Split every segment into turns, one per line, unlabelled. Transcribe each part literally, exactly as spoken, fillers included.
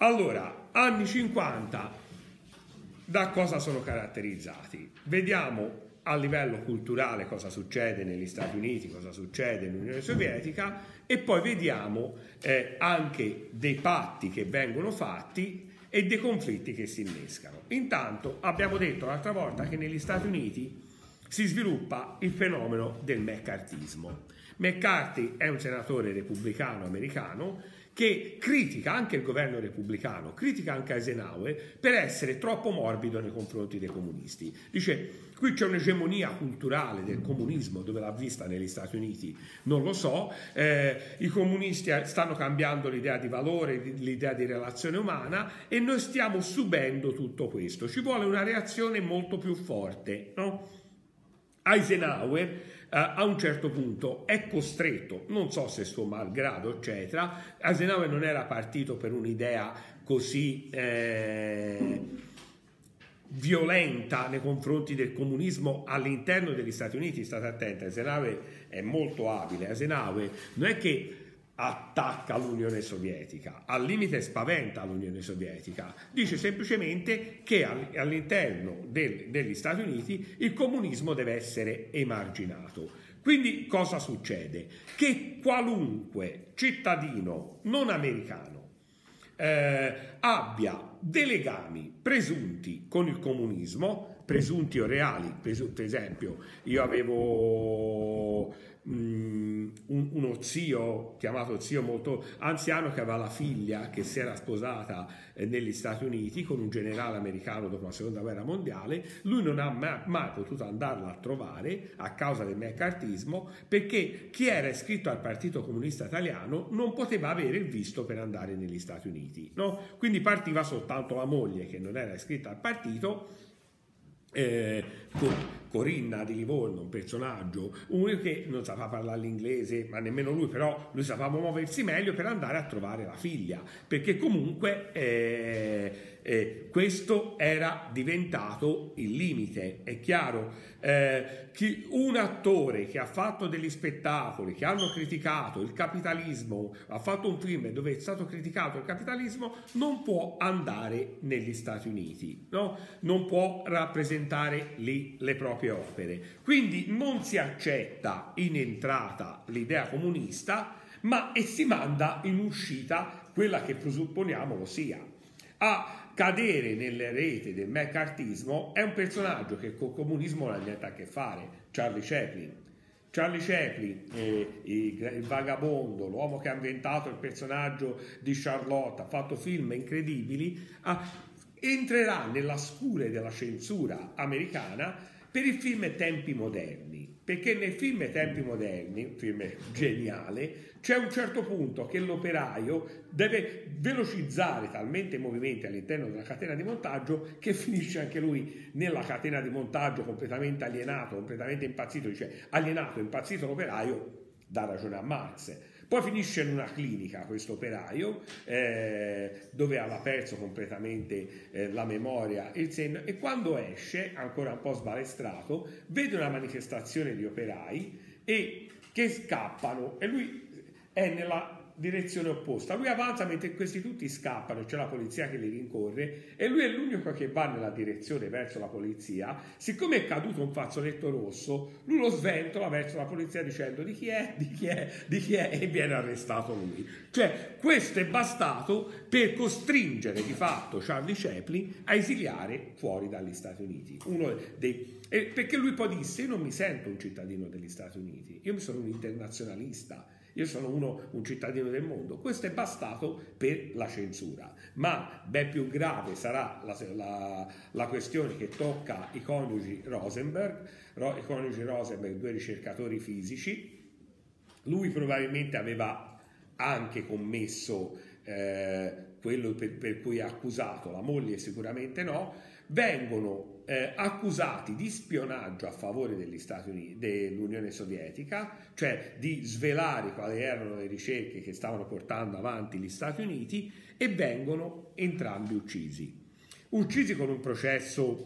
Allora, anni cinquanta, da cosa sono caratterizzati? Vediamo a livello culturale cosa succede negli Stati Uniti, cosa succede nell'Unione Sovietica, e poi vediamo eh, anche dei patti che vengono fatti e dei conflitti che si innescano. Intanto abbiamo detto l'altra volta che negli Stati Uniti si sviluppa il fenomeno del mccarthyismo. McCarthy è un senatore repubblicano americano che critica anche il governo repubblicano, critica anche Eisenhower per essere troppo morbido nei confronti dei comunisti. Dice, qui c'è un'egemonia culturale del comunismo, dove l'ha vista negli Stati Uniti non lo so, eh, i comunisti stanno cambiando l'idea di valore, l'idea di relazione umana, e noi stiamo subendo tutto questo. Ci vuole una reazione molto più forte, no? Eisenhower Uh, a un certo punto è costretto, non so se suo malgrado eccetera, Eisenhower non era partito per un'idea così eh, violenta nei confronti del comunismo all'interno degli Stati Uniti. State attenti, Eisenhower è molto abile. Eisenhower non è che attacca l'Unione Sovietica, al limite spaventa l'Unione Sovietica, dice semplicemente che all'interno del, degli Stati Uniti il comunismo deve essere emarginato. Quindi cosa succede? Che qualunque cittadino non americano eh, abbia dei legami presunti con il comunismo, presunti o reali, presu- per esempio io avevo Um, un, uno zio, chiamato zio molto anziano, che aveva la figlia che si era sposata eh, negli Stati Uniti con un generale americano dopo la seconda guerra mondiale. Lui non ha mai, mai potuto andarla a trovare a causa del mccarthyismo, perché chi era iscritto al Partito Comunista Italiano non poteva avere il visto per andare negli Stati Uniti, no? Quindi partiva soltanto la moglie, che non era iscritta al partito. Eh, Corinna di Livorno, un personaggio, uno che non sapeva parlare l'inglese, ma nemmeno lui, però lui sapeva muoversi meglio per andare a trovare la figlia, perché comunque eh, eh, questo era diventato il limite. È chiaro, eh, chi, un attore che ha fatto degli spettacoli che hanno criticato il capitalismo, ha fatto un film dove è stato criticato il capitalismo, non può andare negli Stati Uniti, no? Non può rappresentare lì le proprie opere. Quindi non si accetta in entrata l'idea comunista, ma e si manda in uscita quella che presupponiamo lo sia. A cadere nelle reti del mccarthyismo è un personaggio che col comunismo non ha niente a che fare, Charlie Chaplin. Charlie Chaplin, eh, il, il vagabondo, l'uomo che ha inventato il personaggio di Charlotte, ha fatto film incredibili, ha entrerà nella scure della censura americana per il film Tempi Moderni, perché nel film Tempi Moderni, un film geniale, c'è un certo punto che l'operaio deve velocizzare talmente i movimenti all'interno della catena di montaggio che finisce anche lui nella catena di montaggio completamente alienato, completamente impazzito. Dice, alienato, impazzito l'operaio, dà ragione a Marx. Poi finisce in una clinica questo operaio eh, dove aveva perso completamente eh, la memoria e il senno, e quando esce, ancora un po' sbalestrato, vede una manifestazione di operai e che scappano, e lui è nella direzione opposta. Lui avanza mentre questi tutti scappano, c'è la polizia che li rincorre e lui è l'unico che va nella direzione verso la polizia. Siccome è caduto un fazzoletto rosso, lui lo sventola verso la polizia dicendo di chi è, di chi è, di chi è, e viene arrestato lui. Cioè, questo è bastato per costringere di fatto Charlie Chaplin a esiliare fuori dagli Stati Uniti. Uno dei, eh, perché lui poi disse, io non mi sento un cittadino degli Stati Uniti, io mi sono un internazionalista, io sono uno, un cittadino del mondo. Questo è bastato per la censura, ma ben più grave sarà la, la, la questione che tocca i coniugi Rosenberg, i coniugi Rosenberg, due ricercatori fisici. Lui probabilmente aveva anche commesso eh, quello per, per cui è accusato, la moglie sicuramente no. Vengono eh, accusati di spionaggio a favore degli Stati Uniti, dell'Unione Sovietica, cioè di svelare quali erano le ricerche che stavano portando avanti gli Stati Uniti, e vengono entrambi uccisi. Uccisi con un processo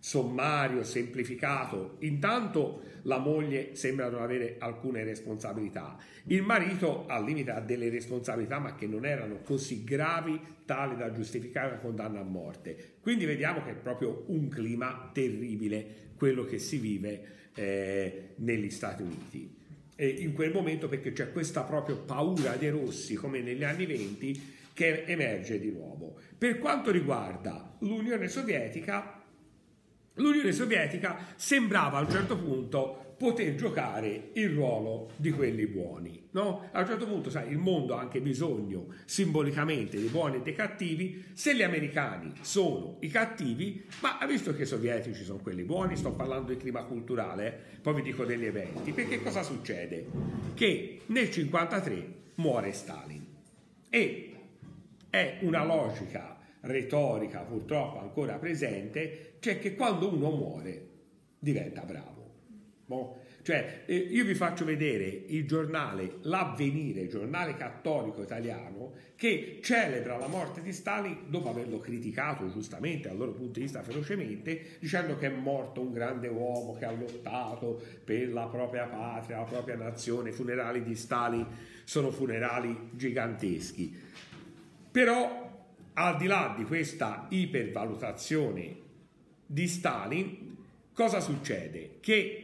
sommario, semplificato. Intanto la moglie sembra non avere alcune responsabilità, il marito al limite ha delle responsabilità ma che non erano così gravi tali da giustificare la condanna a morte. Quindi vediamo che è proprio un clima terribile quello che si vive eh, negli Stati Uniti e in quel momento, perché c'è questa proprio paura dei rossi come negli anni venti che emerge di nuovo. Per quanto riguarda l'Unione Sovietica, l'Unione Sovietica sembrava a un certo punto poter giocare il ruolo di quelli buoni, no? A un certo punto, sai, il mondo ha anche bisogno simbolicamente dei buoni e dei cattivi. Se gli americani sono i cattivi, ma visto che i sovietici sono quelli buoni, sto parlando di clima culturale, eh, poi vi dico degli eventi, perché cosa succede? Che nel cinquantatré muore Stalin e è una logica retorica purtroppo ancora presente, cioè che quando uno muore diventa bravo. Boh. Cioè, eh, io vi faccio vedere il giornale L'Avvenire, giornale cattolico italiano, che celebra la morte di Stalin dopo averlo criticato giustamente dal loro punto di vista ferocemente, dicendo che è morto un grande uomo che ha lottato per la propria patria, la propria nazione. I funerali di Stalin sono funerali giganteschi. Però al di là di questa ipervalutazione di Stalin, cosa succede? Che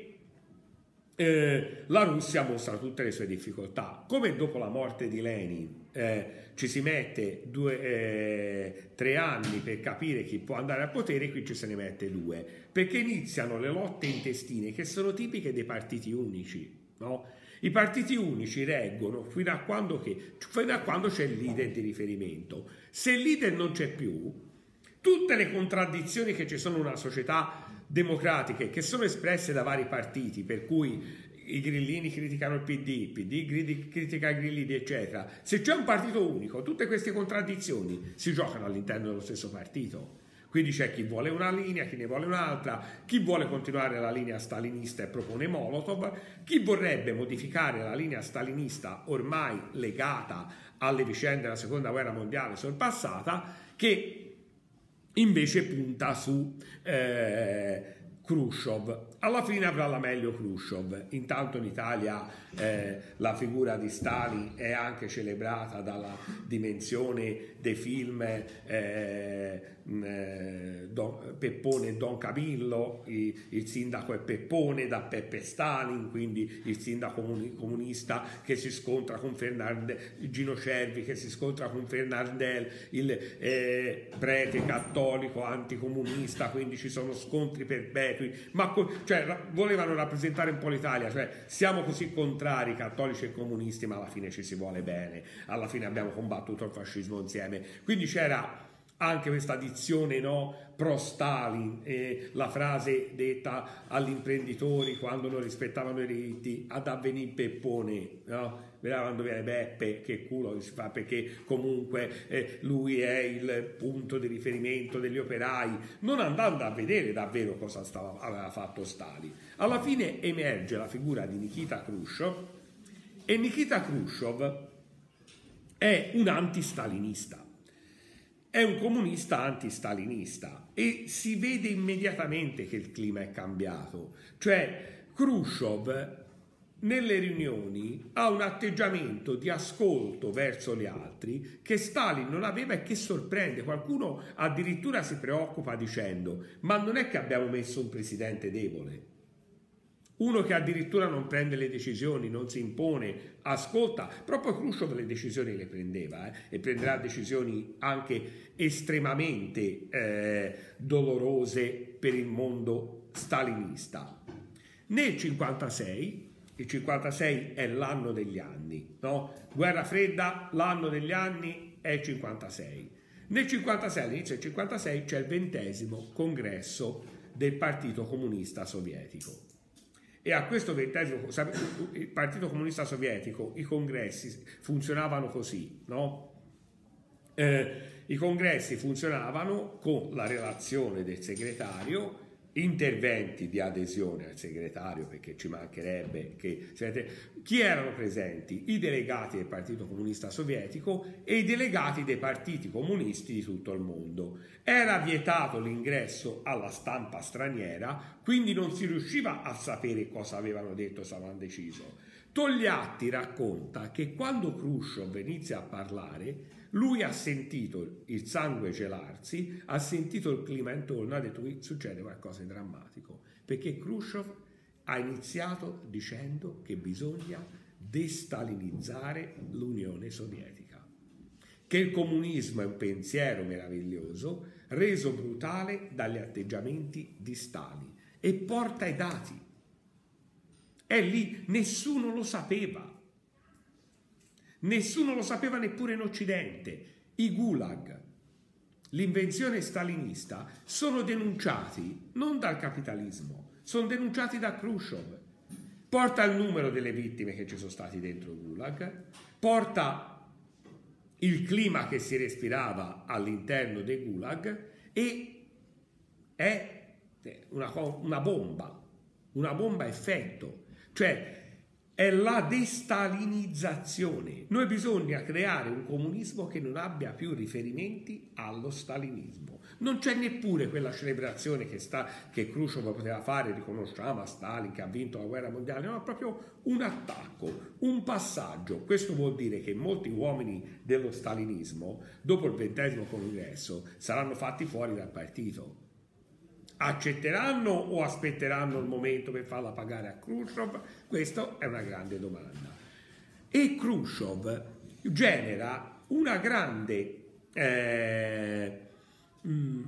eh, la Russia mostra tutte le sue difficoltà. Come dopo la morte di Lenin eh, ci si mette due, eh, tre anni per capire chi può andare al potere, qui ci se ne mette due, perché iniziano le lotte intestine che sono tipiche dei partiti unici, no? I partiti unici reggono fino a quando, che, fino a quando c'è il leader di riferimento. Se il leader non c'è più, tutte le contraddizioni che ci sono in una società democratica e che sono espresse da vari partiti, per cui i grillini criticano il P D, il P D critica i grillini, eccetera. Se c'è un partito unico, tutte queste contraddizioni si giocano all'interno dello stesso partito. Quindi c'è chi vuole una linea, chi ne vuole un'altra, chi vuole continuare la linea stalinista e propone Molotov, chi vorrebbe modificare la linea stalinista ormai legata alle vicende della seconda guerra mondiale sorpassata, che invece punta su eh, Khrushchev. Alla fine avrà la meglio Khrushchev. Intanto in Italia eh, la figura di Stalin è anche celebrata dalla dimensione dei film eh, eh, Don, Peppone e Don Camillo, il, il sindaco è Peppone da Peppe Stalin, quindi il sindaco comunista che si scontra con Fernandel, Gino Cervi che si scontra con Fernandel, il eh, prete cattolico anticomunista, quindi ci sono scontri perpetui, ma cioè, volevano rappresentare un po' l'Italia, cioè siamo così contrari cattolici e comunisti ma alla fine ci si vuole bene, alla fine abbiamo combattuto il fascismo insieme. Quindi c'era anche questa dizione, no, pro Stalin, eh, la frase detta agli imprenditori quando non rispettavano i diritti, ad avvenire Peppone, no? Vedete quando viene Beppe, che culo che si fa, perché comunque eh, lui è il punto di riferimento degli operai, non andando a vedere davvero cosa stava, aveva fatto Stalin. Alla fine emerge la figura di Nikita Khrushchev, e Nikita Khrushchev è un antistalinista. È un comunista antistalinista e si vede immediatamente che il clima è cambiato. Cioè Khrushchev nelle riunioni ha un atteggiamento di ascolto verso gli altri che Stalin non aveva e che sorprende. Qualcuno addirittura si preoccupa dicendo: ma non è che abbiamo messo un presidente debole? Uno che addirittura non prende le decisioni, non si impone, ascolta. Proprio Khrushchev le decisioni le prendeva eh, e prenderà decisioni anche estremamente eh, dolorose per il mondo stalinista. Nel cinquantasei, il cinquantasei è l'anno degli anni, no? Guerra fredda, l'anno degli anni è il cinquantasei. Nel cinquantasei, all'inizio del cinquantasei, c'è il ventesimo congresso del Partito Comunista Sovietico. E a questo ventesimo, il Partito Comunista Sovietico, i congressi funzionavano così, no? Eh, I congressi funzionavano con la relazione del segretario interventi di adesione al segretario, perché ci mancherebbe che... Chi erano presenti? I delegati del Partito Comunista Sovietico e i delegati dei partiti comunisti di tutto il mondo. Era vietato l'ingresso alla stampa straniera, quindi non si riusciva a sapere cosa avevano detto, se avevano deciso. Togliatti racconta che quando Khrushchev inizia a parlare, lui ha sentito il sangue gelarsi, ha sentito il clima intorno, ha detto qui succede qualcosa di drammatico, perché Khrushchev ha iniziato dicendo che bisogna destalinizzare l'Unione Sovietica, che il comunismo è un pensiero meraviglioso, reso brutale dagli atteggiamenti di Stalin, e porta i dati. È lì, nessuno lo sapeva. Nessuno lo sapeva neppure in Occidente. I gulag, l'invenzione stalinista, sono denunciati non dal capitalismo, sono denunciati da Khrushchev. Porta il numero delle vittime che ci sono stati dentro il gulag, porta il clima che si respirava all'interno dei gulag, e è una, una bomba, una bomba a effetto, cioè è la destalinizzazione. Noi bisogna creare un comunismo che non abbia più riferimenti allo stalinismo. Non c'è neppure quella celebrazione che, sta, che Khrushchev poteva fare, riconosciamo a Stalin che ha vinto la guerra mondiale, no, è proprio un attacco, un passaggio. Questo vuol dire che molti uomini dello stalinismo, dopo il ventesimo congresso, saranno fatti fuori dal partito. Accetteranno o aspetteranno il momento per farla pagare a Khrushchev? Questa è una grande domanda. E Khrushchev genera una grande eh, mh,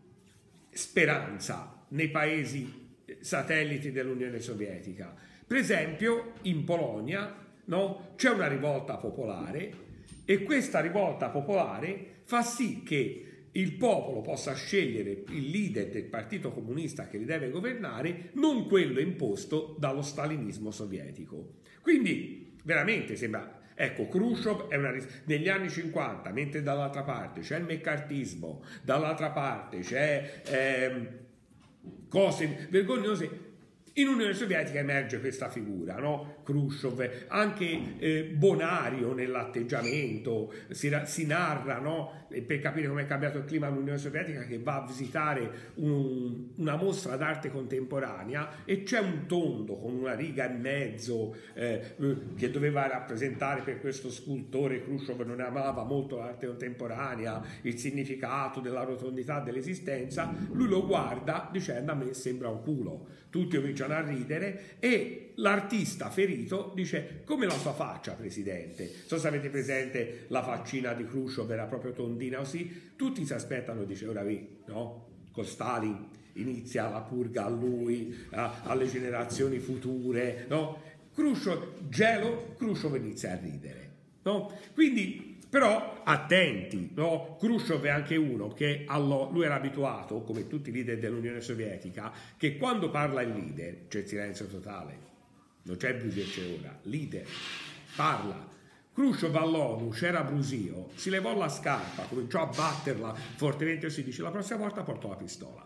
speranza nei paesi satelliti dell'Unione Sovietica. Per esempio in Polonia, no, c'è una rivolta popolare, e questa rivolta popolare fa sì che il popolo possa scegliere il leader del Partito Comunista che li deve governare, non quello imposto dallo stalinismo sovietico. Quindi veramente sembra, ecco, Khrushchev è una, negli anni cinquanta, mentre dall'altra parte c'è il meccartismo, dall'altra parte c'è eh, cose vergognose. In Unione Sovietica emerge questa figura, no? Khrushchev, anche eh, bonario nell'atteggiamento, si, si narra, no? Per capire come è cambiato il clima nell'Unione Sovietica, che va a visitare un, una mostra d'arte contemporanea e c'è un tondo con una riga e mezzo eh, che doveva rappresentare per questo scultore. Khrushchev non amava molto l'arte contemporanea, il significato della rotondità dell'esistenza. Lui lo guarda dicendo: a me sembra un culo. Tutti cominciano a ridere e l'artista ferito dice: come la sua faccia, presidente? Non so se avete presente la faccina di Khrushchev, era proprio tondina così. Tutti si aspettano, dice, ora vi, no? Con Stalin inizia la purga a lui, a, alle generazioni future, no? Khrushchev, gelo, Khrushchev inizia a ridere, no? Quindi, però attenti, no? Khrushchev è anche uno che allo, lui era abituato, come tutti i leader dell'Unione Sovietica, che quando parla il leader c'è il silenzio totale, non c'è brusio e c'è ora, leader parla. Khrushchev all'ONU c'era brusio, si levò la scarpa, cominciò a batterla fortemente e si dice: la prossima volta porto la pistola.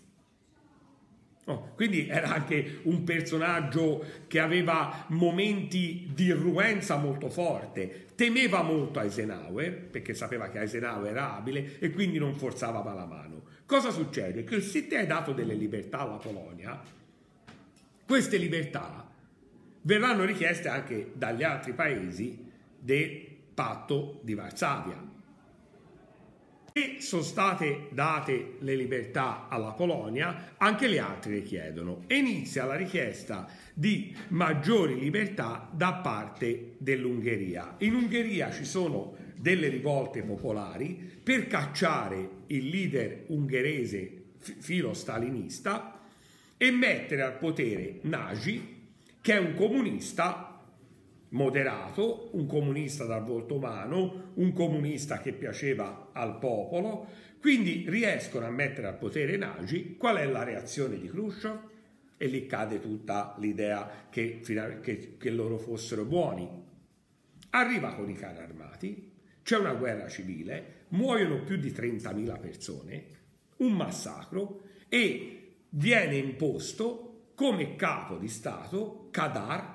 Oh, quindi era anche un personaggio che aveva momenti di irruenza molto forte, temeva molto Eisenhower perché sapeva che Eisenhower era abile e quindi non forzava la mano. Cosa succede? Che se ti hai dato delle libertà alla Polonia, queste libertà verranno richieste anche dagli altri paesi del patto di Varsavia. Se sono state date le libertà alla Polonia, anche le altre le chiedono e inizia la richiesta di maggiori libertà da parte dell'Ungheria. In Ungheria ci sono delle rivolte popolari per cacciare il leader ungherese filo stalinista e mettere al potere Nagy, che è un comunista moderato, un comunista dal volto umano, un comunista che piaceva al popolo. Quindi riescono a mettere al potere Nagy. Qual è la reazione di Khrushchev? E lì cade tutta l'idea che, che, che loro fossero buoni. Arriva con i carri armati, c'è una guerra civile, muoiono più di trentamila persone, un massacro, e viene imposto come capo di Stato Kadar,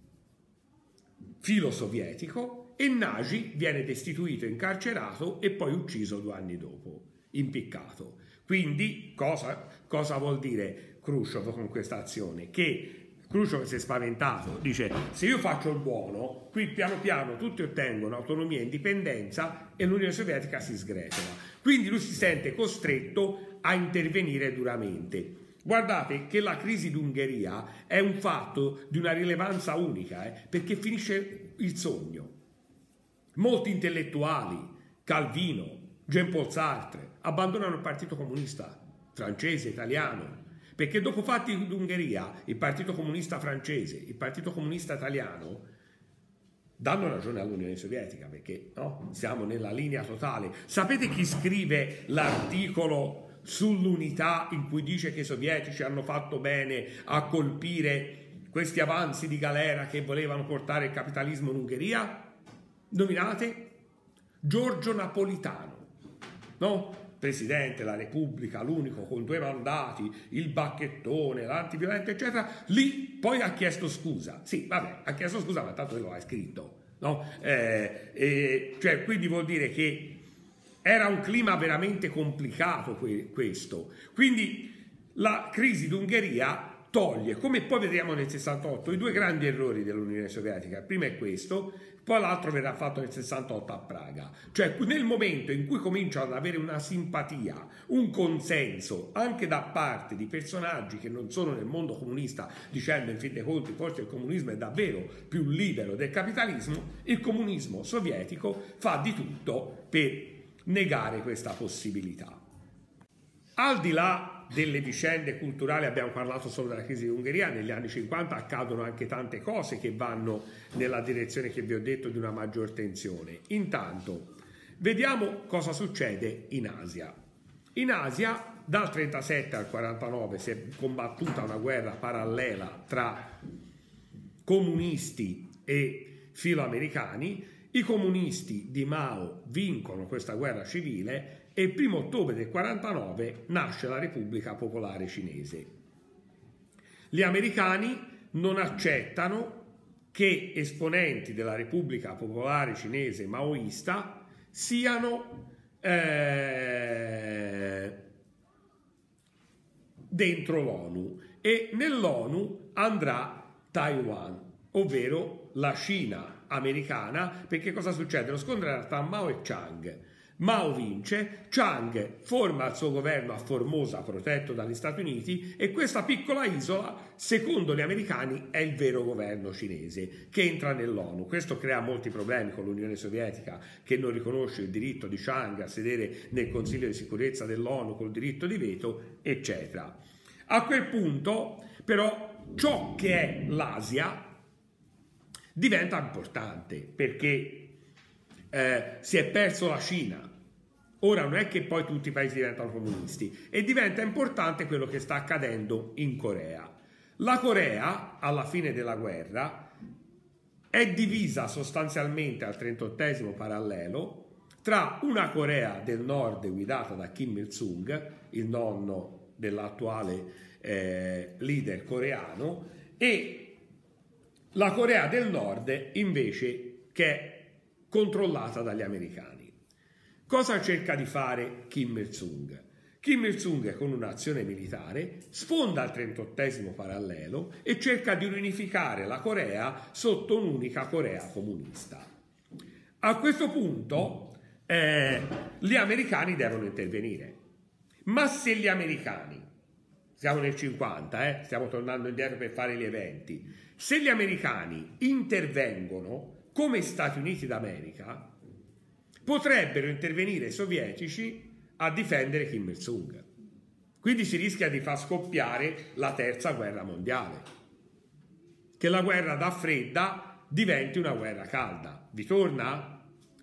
filo sovietico, e Nagy viene destituito, incarcerato e poi ucciso due anni dopo, impiccato. Quindi cosa, cosa vuol dire Khrushchev con questa azione? Che Khrushchev si è spaventato, dice: se io faccio il buono, qui piano piano tutti ottengono autonomia e indipendenza e l'Unione Sovietica si sgretola. Quindi lui si sente costretto a intervenire duramente. Guardate che la crisi d'Ungheria è un fatto di una rilevanza unica, eh, perché finisce il sogno. Molti intellettuali, Calvino, Jean-Paul Sartre, abbandonano il Partito Comunista francese, italiano, perché dopo fatti d'Ungheria il Partito Comunista francese, il Partito Comunista italiano danno ragione all'Unione Sovietica, perché no? Siamo nella linea totale. Sapete chi scrive l'articolo sull'unità in cui dice che i sovietici hanno fatto bene a colpire questi avanzi di galera che volevano portare il capitalismo in Ungheria? Indovinate? Giorgio Napolitano, no? Presidente della Repubblica, l'unico con due mandati, il bacchettone, l'antiviolento, eccetera. Lì poi ha chiesto scusa. Sì, vabbè, ha chiesto scusa, ma tanto lo ha scritto, no? Eh, eh, cioè, quindi vuol dire che era un clima veramente complicato questo. Quindi la crisi d'Ungheria toglie, come poi vedremo nel sessantotto, i due grandi errori dell'Unione Sovietica. Il primo è questo, poi l'altro verrà fatto nel sessantotto a Praga. Cioè nel momento in cui cominciano ad avere una simpatia, un consenso, anche da parte di personaggi che non sono nel mondo comunista, dicendo in fin dei conti forse il comunismo è davvero più libero del capitalismo, il comunismo sovietico fa di tutto per negare questa possibilità. Al di là delle vicende culturali, abbiamo parlato solo della crisi d'Ungheria, negli anni cinquanta accadono anche tante cose che vanno nella direzione che vi ho detto di una maggior tensione. Intanto, vediamo cosa succede in Asia. In Asia, dal trentasette al quarantanove, si è combattuta una guerra parallela tra comunisti e filoamericani. I comunisti di Mao vincono questa guerra civile e il primo ottobre del quarantanove nasce la Repubblica Popolare Cinese. Gli americani non accettano che esponenti della Repubblica Popolare Cinese maoista siano eh, dentro l'ONU, e nell'ONU andrà Taiwan, ovvero la Cina americana, perché cosa succede? Lo scontro era tra Mao e Chiang. Mao vince, Chiang forma il suo governo a Formosa, protetto dagli Stati Uniti, e questa piccola isola, secondo gli americani, è il vero governo cinese che entra nell'ONU. Questo crea molti problemi con l'Unione Sovietica, che non riconosce il diritto di Chiang a sedere nel Consiglio di sicurezza dell'ONU col diritto di veto, eccetera. A quel punto, però, ciò che è l'Asia diventa importante, perché eh, si è perso la Cina. Ora non è che poi tutti i paesi diventano comunisti, e diventa importante quello che sta accadendo in Corea. La Corea, alla fine della guerra, è divisa sostanzialmente al trentottesimo parallelo tra una Corea del Nord guidata da Kim Il-sung, il nonno dell'attuale eh, leader coreano, e la Corea del Nord invece che è controllata dagli americani. Cosa cerca di fare Kim Il-sung? Kim Il-sung, con un'azione militare, sfonda il trentottesimo parallelo e cerca di riunificare la Corea sotto un'unica Corea comunista. A questo punto eh, gli americani devono intervenire. Ma se gli americani, siamo nel cinquanta, eh, stiamo tornando indietro per fare gli eventi, se gli americani intervengono come Stati Uniti d'America, potrebbero intervenire i sovietici a difendere Kim Il-sung. Quindi si rischia di far scoppiare la terza guerra mondiale, che la guerra da fredda diventi una guerra calda. Vi torna?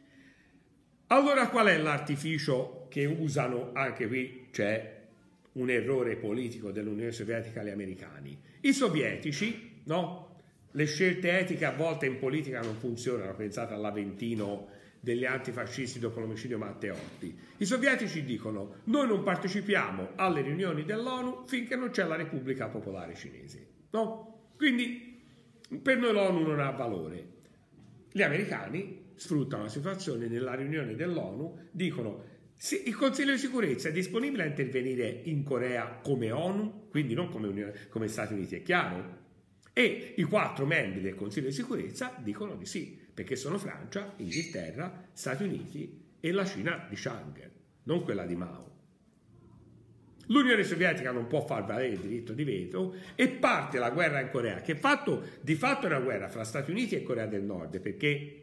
Allora qual è l'artificio che usano? Anche qui c'è un errore politico dell'Unione Sovietica agli americani. I sovietici, no? Le scelte etiche a volte in politica non funzionano, pensate all'Aventino degli antifascisti dopo l'omicidio Matteotti. I sovietici dicono: noi non partecipiamo alle riunioni dell'ONU finché non c'è la Repubblica Popolare Cinese, no? Quindi per noi l'ONU non ha valore. Gli americani sfruttano la situazione nella riunione dell'ONU, dicono: sì, il Consiglio di sicurezza è disponibile a intervenire in Corea come ONU, quindi non come, Unione, come Stati Uniti, è chiaro? E i quattro membri del Consiglio di sicurezza dicono di sì, perché sono Francia, Inghilterra, Stati Uniti e la Cina di Chiang, non quella di Mao. L'Unione Sovietica non può far valere il diritto di veto e parte la guerra in Corea, che fatto, di fatto è una guerra fra Stati Uniti e Corea del Nord, perché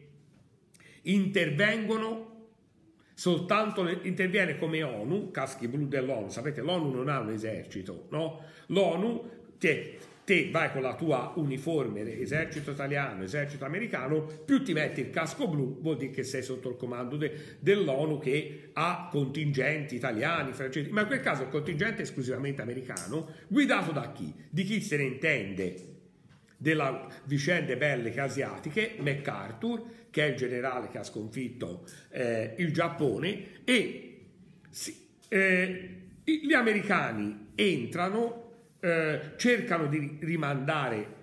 intervengono soltanto, interviene come ONU, caschi blu dell'ONU. Sapete, l'ONU non ha un esercito, no? L'ONU, te, te vai con la tua uniforme, esercito italiano, esercito americano, più ti metti il casco blu, vuol dire che sei sotto il comando de, dell'ONU, che ha contingenti italiani, francesi, ma in quel caso il contingente è esclusivamente americano, guidato da chi? Di chi se ne intende delle vicende belliche asiatiche, MacArthur, che è il generale che ha sconfitto eh, il Giappone, e sì, eh, gli americani entrano, eh, cercano di rimandare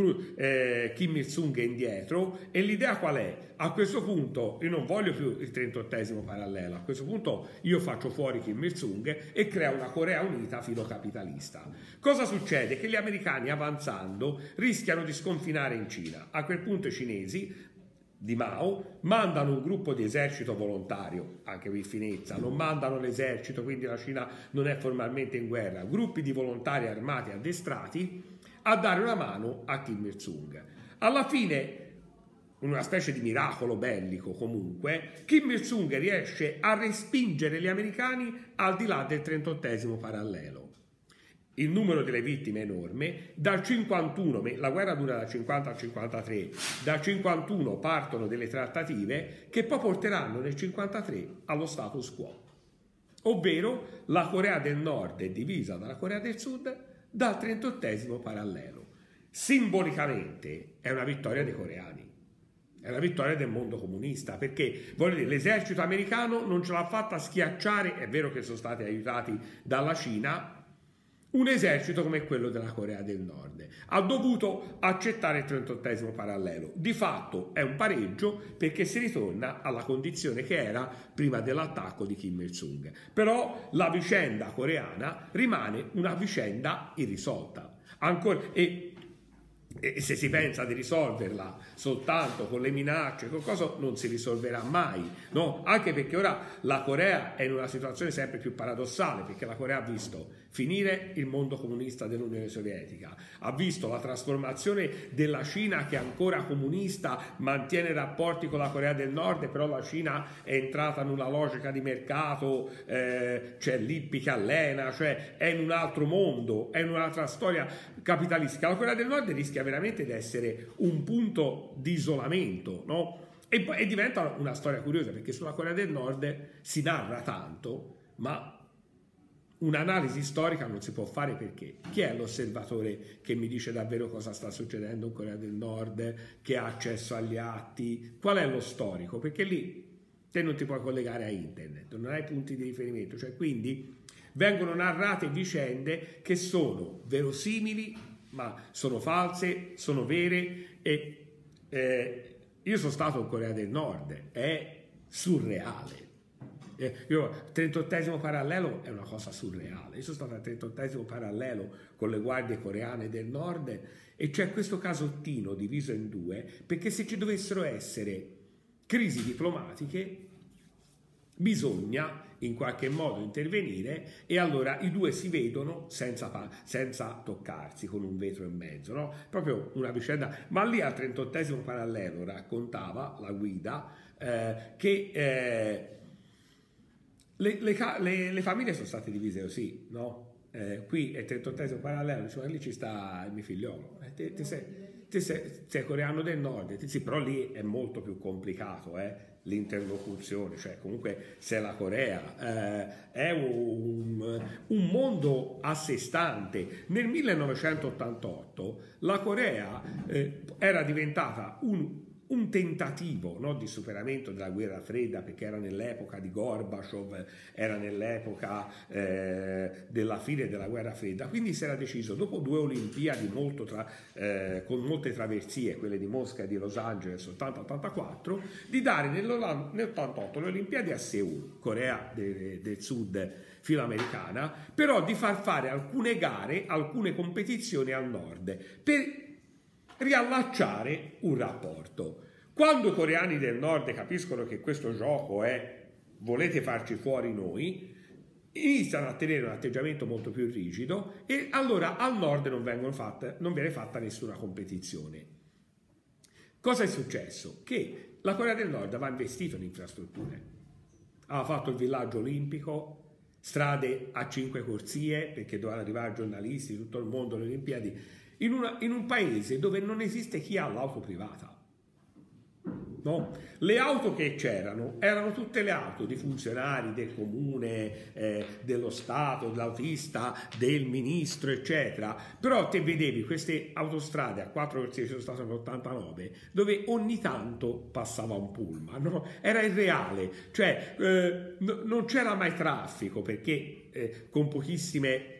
eh, Kim Il-sung indietro, e l'idea qual è? A questo punto io non voglio più il trentottesimo parallelo, a questo punto io faccio fuori Kim Il-sung e creo una Corea unita filocapitalista. Cosa succede? Che gli americani, avanzando, rischiano di sconfinare in Cina. A quel punto i cinesi di Mao mandano un gruppo di esercito volontario, anche qui finezza, non mandano l'esercito, quindi la Cina non è formalmente in guerra, gruppi di volontari armati addestrati a dare una mano a Kim Il-sung. Alla fine, una specie di miracolo bellico comunque, Kim Il-sung riesce a respingere gli americani al di là del trentottesimo parallelo. Il numero delle vittime è enorme, dal cinquantuno, la guerra dura dal cinquanta al cinquantatré, dal cinquantuno partono delle trattative che poi porteranno nel cinquantatré allo status quo, ovvero la Corea del Nord è divisa dalla Corea del Sud dal trentottesimo parallelo. Simbolicamente è una vittoria dei coreani, è una vittoria del mondo comunista, perché voglio dire, l'esercito americano non ce l'ha fatta schiacciare, è vero che sono stati aiutati dalla Cina, un esercito come quello della Corea del Nord. Ha dovuto accettare il trentottesimo parallelo. Di fatto è un pareggio, perché si ritorna alla condizione che era prima dell'attacco di Kim Il-sung. Però la vicenda coreana rimane una vicenda irrisolta. Ancora, e, e se si pensa di risolverla soltanto con le minacce, con cosa, non si risolverà mai, no? Anche perché ora la Corea è in una situazione sempre più paradossale, perché la Corea ha visto finire il mondo comunista dell'Unione Sovietica, ha visto la trasformazione della Cina, che è ancora comunista, mantiene rapporti con la Corea del Nord, però la Cina è entrata in una logica di mercato, eh, c'è l'I P I che allena, cioè è in un altro mondo, è in un'altra storia capitalistica. La Corea del Nord rischia veramente di essere un punto di isolamento, no? E, e diventa una storia curiosa, perché sulla Corea del Nord si narra tanto, ma un'analisi storica non si può fare, perché chi è l'osservatore che mi dice davvero cosa sta succedendo in Corea del Nord, che ha accesso agli atti? Qual è lo storico? Perché lì te non ti puoi collegare a internet, non hai punti di riferimento, cioè quindi vengono narrate vicende che sono verosimili, ma sono false, sono vere, e eh, io sono stato in Corea del Nord, è surreale. Eh, io, trentottesimo parallelo è una cosa surreale. Io sono stato al trentottesimo parallelo con le guardie coreane del Nord, e c'è questo casottino diviso in due, perché se ci dovessero essere crisi diplomatiche bisogna in qualche modo intervenire, e allora i due si vedono senza, senza toccarsi, con un vetro in mezzo, no? Proprio una vicenda. Ma lì al trentottesimo parallelo raccontava la guida eh, che eh, le, le, le, le famiglie sono state divise così, no? Eh, qui è il trentottesimo parallelo, diceva, lì ci sta il mio figliolo, eh, te, te sei, te sei, sei coreano del Nord, te, sì, però lì è molto più complicato, eh? L'interlocuzione, cioè comunque se la Corea eh, è un, un mondo a sé stante. Nel millenovecentottantotto la Corea eh, era diventata un un tentativo, no, di superamento della guerra fredda, perché era nell'epoca di Gorbaciov, era nell'epoca eh, della fine della guerra fredda, quindi si era deciso, dopo due Olimpiadi molto tra, eh, con molte traversie, quelle di Mosca e di Los Angeles ottanta ottantaquattro, di dare nell'ottantotto le Olimpiadi a Seul, Corea de, del Sud filoamericana, però di far fare alcune gare, alcune competizioni al nord, per riallacciare un rapporto. Quando i coreani del nord capiscono che questo gioco è volete farci fuori noi, iniziano a tenere un atteggiamento molto più rigido e allora al nord non, vengono fatte, non viene fatta nessuna competizione. Cosa è successo? Che la Corea del Nord aveva investito in infrastrutture, aveva fatto il villaggio olimpico, strade a cinque corsie perché dovevano arrivare giornalisti di tutto il mondo alle Olimpiadi, In, una, in un paese dove non esiste chi ha l'auto privata. No? Le auto che c'erano erano tutte le auto di funzionari del comune, eh, dello Stato, dell'autista, del ministro, eccetera. Però te vedevi queste autostrade a quattro corsie, ci sono state nell'ottantanove, dove ogni tanto passava un pullman, no? Era irreale, cioè eh, no, non c'era mai traffico perché eh, con pochissime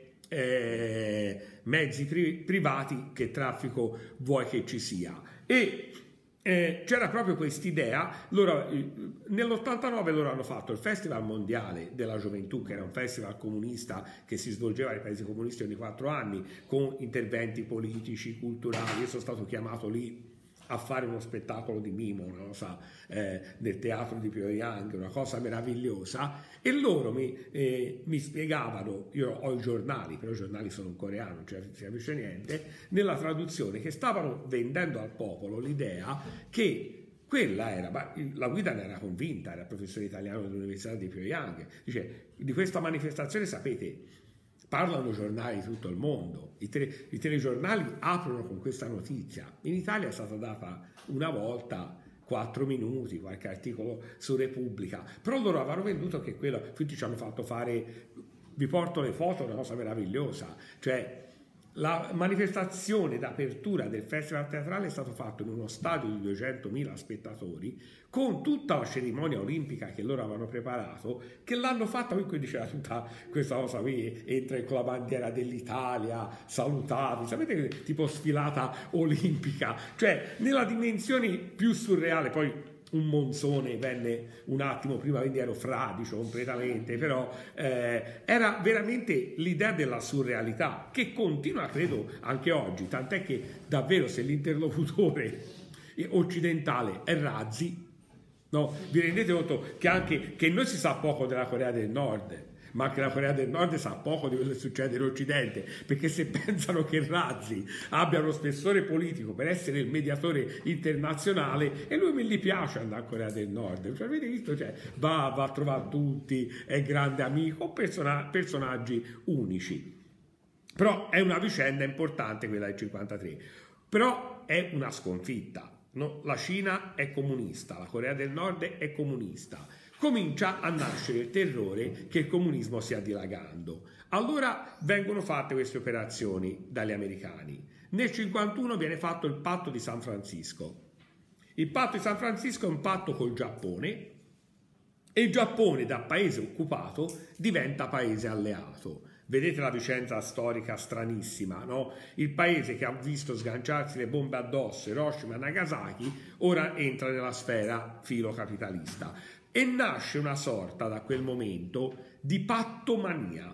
Eh, mezzi pri privati che traffico vuoi che ci sia. E eh, c'era proprio quest'idea. Nell'ottantanove loro hanno fatto il Festival Mondiale della Gioventù, che era un festival comunista che si svolgeva nei paesi comunisti ogni quattro anni con interventi politici, culturali. Io sono stato chiamato lì a fare uno spettacolo di mimo, una cosa, eh, nel teatro di Pyongyang, una cosa meravigliosa, e loro mi, eh, mi spiegavano, io ho i giornali, però i giornali sono in coreano, non cioè, si capisce niente, nella traduzione, che stavano vendendo al popolo l'idea che quella era, ma la guida ne era convinta, era professore italiano dell'Università di Pyongyang, dice, di questa manifestazione sapete, parlano giornali di tutto il mondo, I, tele, i telegiornali aprono con questa notizia. In Italia è stata data una volta quattro minuti, qualche articolo su Repubblica, però loro avevano venduto che quello, tutti ci hanno fatto fare, vi porto le foto, una cosa meravigliosa, cioè la manifestazione d'apertura del Festival Teatrale è stato fatto in uno stadio di duecentomila spettatori con tutta la cerimonia olimpica che loro avevano preparato, che l'hanno fatta, qui diceva tutta questa cosa qui, entra con la bandiera dell'Italia, salutati, sapete, tipo sfilata olimpica, cioè nella dimensione più surreale. Poi un monsone venne un attimo prima, quindi ero fradicio completamente, però eh, era veramente l'idea della surrealità che continua, credo, anche oggi, tant'è che davvero se l'interlocutore occidentale è Razzi, no, vi rendete conto che anche che noi si sa poco della Corea del Nord, ma anche la Corea del Nord sa poco di quello che succede in Occidente, perché se pensano che Razzi abbia uno spessore politico per essere il mediatore internazionale, e lui mi gli piace andare a Corea del Nord, cioè, avete visto, cioè, va, va a trovare tutti, è grande amico, persona, personaggi unici. Però è una vicenda importante quella del cinquantatré, però è una sconfitta, no? La Cina è comunista, la Corea del Nord è comunista. Comincia a nascere il terrore che il comunismo stia dilagando. Allora vengono fatte queste operazioni dagli americani. Nel cinquantuno viene fatto il patto di San Francisco. Il patto di San Francisco è un patto col Giappone e il Giappone, da paese occupato, diventa paese alleato. Vedete la vicenda storica stranissima, no? Il paese che ha visto sganciarsi le bombe addosso, Hiroshima e Nagasaki, ora entra nella sfera filocapitalista. E nasce una sorta, da quel momento, di pattomania.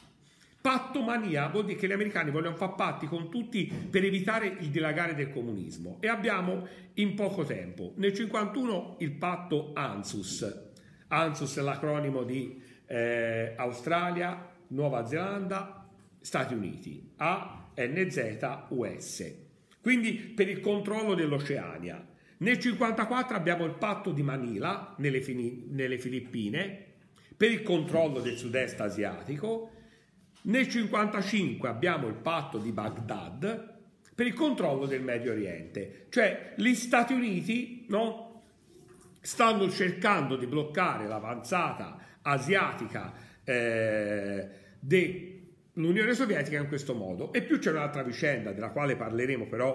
Pattomania vuol dire che gli americani vogliono fare patti con tutti per evitare il dilagare del comunismo. E abbiamo in poco tempo, nel cinquantuno, il patto ANZUS. ANZUS è l'acronimo di eh, Australia, Nuova Zelanda, Stati Uniti, A N Z U S. Quindi per il controllo dell'Oceania. Nel cinquantaquattro abbiamo il patto di Manila nelle, nelle Filippine per il controllo del sud-est asiatico. Nel cinquantacinque abbiamo il patto di Baghdad per il controllo del Medio Oriente. Cioè gli Stati Uniti, no, stanno cercando di bloccare l'avanzata asiatica eh, dell'Unione Sovietica in questo modo. E più c'è un'altra vicenda della quale parleremo però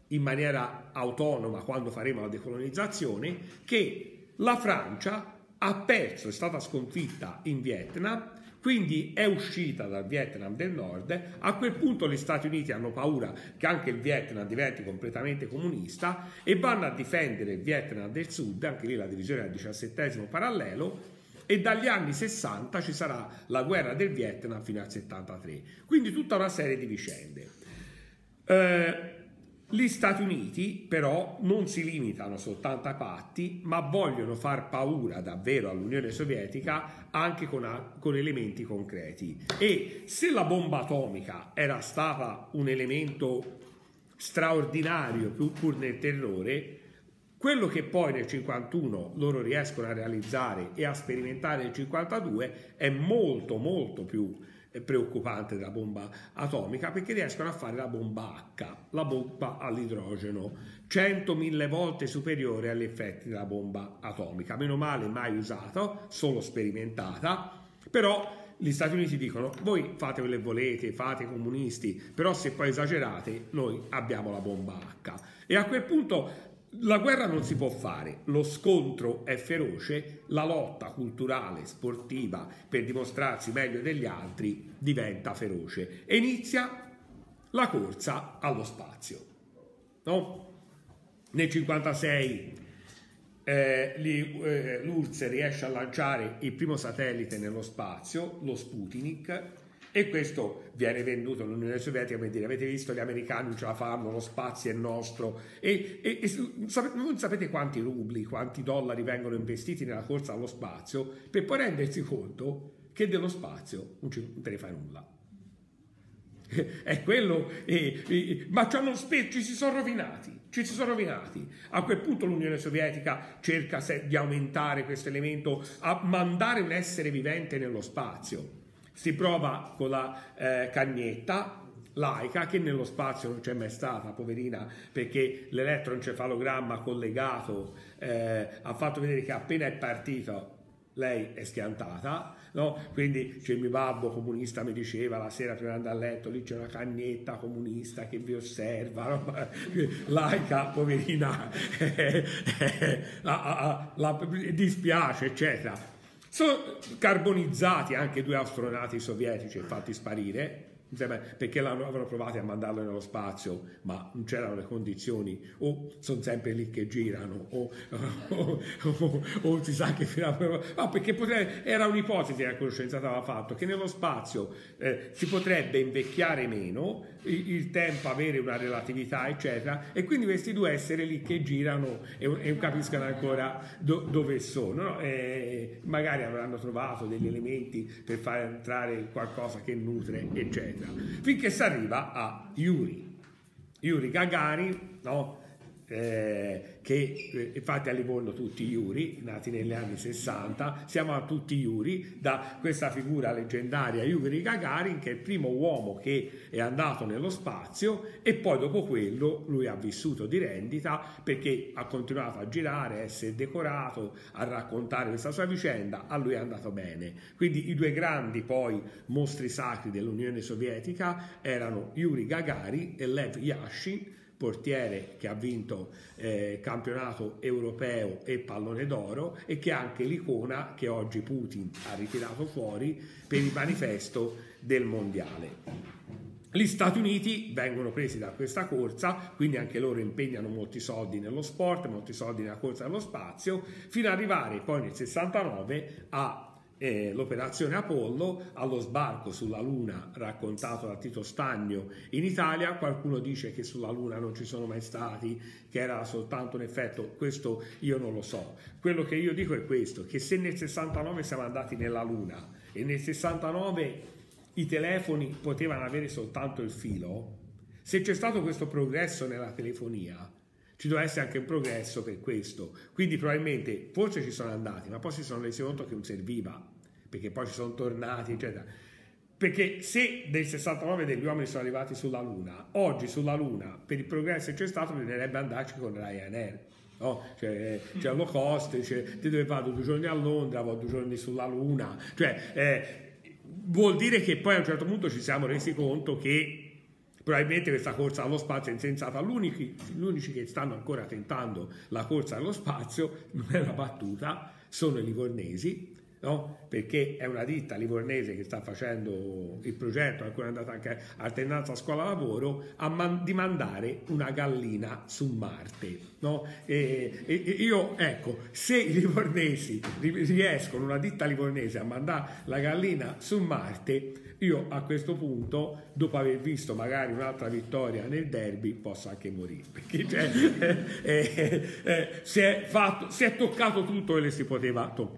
in maniera autonoma quando faremo la decolonizzazione, che la Francia ha perso, è stata sconfitta in Vietnam, quindi è uscita dal Vietnam del Nord. A quel punto gli Stati Uniti hanno paura che anche il Vietnam diventi completamente comunista e vanno a difendere il Vietnam del Sud, anche lì la divisione al diciassettesimo parallelo, e dagli anni sessanta ci sarà la guerra del Vietnam fino al settantatré. Quindi tutta una serie di vicende. Eh, Gli Stati Uniti però non si limitano soltanto ai patti, ma vogliono far paura davvero all'Unione Sovietica anche con, a, con elementi concreti. E se la bomba atomica era stata un elemento straordinario pur nel terrore, quello che poi nel cinquantuno loro riescono a realizzare e a sperimentare nel cinquantadue è molto molto più preoccupante della bomba atomica, perché riescono a fare la bomba H, la bomba all'idrogeno, centomila volte superiore agli effetti della bomba atomica. Meno male mai usata, solo sperimentata, però gli Stati Uniti dicono: voi fate quello che volete, fate i comunisti, però se poi esagerate noi abbiamo la bomba H. E a quel punto la guerra non si può fare, lo scontro è feroce, la lotta culturale, sportiva, per dimostrarsi meglio degli altri diventa feroce e inizia la corsa allo spazio. No? Nel cinquantasei eh, eh, l'U R S S riesce a lanciare il primo satellite nello spazio, lo Sputnik, e questo viene venduto all'Unione Sovietica per dire: avete visto, gli americani ce la fanno, lo spazio è nostro. E, e, e non sapete quanti rubli, quanti dollari vengono investiti nella corsa allo spazio, per poi rendersi conto che dello spazio non, ci, non te ne fai nulla. È quello, e, e, ma ci, hanno spe- ci si sono rovinati, ci si sono rovinati. A quel punto l'Unione Sovietica cerca se, di aumentare questo elemento, a mandare un essere vivente nello spazio. Si prova con la eh, cagnetta Laika, che nello spazio non c'è mai stata, poverina, perché l'elettroencefalogramma collegato eh, ha fatto vedere che appena è partito lei è schiantata, no? Quindi c'è il mio babbo comunista mi diceva la sera prima di andare a letto: lì c'è una cagnetta comunista che vi osserva, no? Laika, poverina, eh, eh, la, la, la dispiace, eccetera. Sono carbonizzati anche due astronauti sovietici e fatti sparire, perché avevano provato a mandarlo nello spazio, ma non c'erano le condizioni, o sono sempre lì che girano, o, o, o, o si sa che no, perché potrebbe, era un'ipotesi che la conoscenza aveva fatto, che nello spazio eh, si potrebbe invecchiare meno, il, il tempo avere una relatività, eccetera, e quindi questi due esseri lì che girano e, e non capiscono ancora do, dove sono, no? E magari avranno trovato degli elementi per far entrare qualcosa che nutre, eccetera. Finché si arriva a Yuri, Yuri Gagarin, no? eh, che eh, infatti a Livorno tutti Yuri, nati negli anni sessanta, siamo a tutti Yuri, da questa figura leggendaria Yuri Gagarin, che è il primo uomo che è andato nello spazio, e poi dopo quello lui ha vissuto di rendita, perché ha continuato a girare, a essere decorato, a raccontare questa sua vicenda, a lui è andato bene. Quindi i due grandi poi mostri sacri dell'Unione Sovietica erano Yuri Gagarin e Lev Yashin, portiere che ha vinto eh, campionato europeo e pallone d'oro, e che è anche l'icona che oggi Putin ha ritirato fuori per il manifesto del mondiale. Gli Stati Uniti vengono presi da questa corsa, quindi anche loro impegnano molti soldi nello sport, molti soldi nella corsa allo spazio, fino ad arrivare poi nel sessantanove a Eh, l'operazione Apollo, allo sbarco sulla Luna raccontato da Tito Stagno in Italia. Qualcuno dice che sulla Luna non ci sono mai stati, che era soltanto un effetto, questo io non lo so. Quello che io dico è questo, che se nel sessantanove siamo andati nella Luna e nel sessantanove i telefoni potevano avere soltanto il filo, se c'è stato questo progresso nella telefonia ci doveva essere anche un progresso per questo. Quindi probabilmente forse ci sono andati, ma poi si sono resi conto che non serviva, perché poi ci sono tornati, eccetera. Perché se nel sessantanove degli uomini sono arrivati sulla Luna, oggi sulla Luna, per il progresso che c'è stato, bisognerebbe andarci con Ryanair. No? Cioè, c'è low cost, cioè, ti dove vado due giorni a Londra, vado due giorni sulla Luna. Cioè, eh, vuol dire che poi a un certo punto ci siamo resi conto che probabilmente questa corsa allo spazio è insensata. L'unici, gli unici che stanno ancora tentando la corsa allo spazio, non è una battuta, sono i livornesi, no? Perché è una ditta livornese che sta facendo il progetto, ancora è andata anche alternanza scuola-lavoro, a man- di mandare una gallina su Marte, no? E, e, e io, ecco, se i livornesi riescono, una ditta livornese, a mandare la gallina su Marte, io a questo punto, dopo aver visto magari un'altra vittoria nel derby, posso anche morire, perché cioè, eh, eh, eh, si, è fatto, si è toccato tutto quello che si poteva toccare.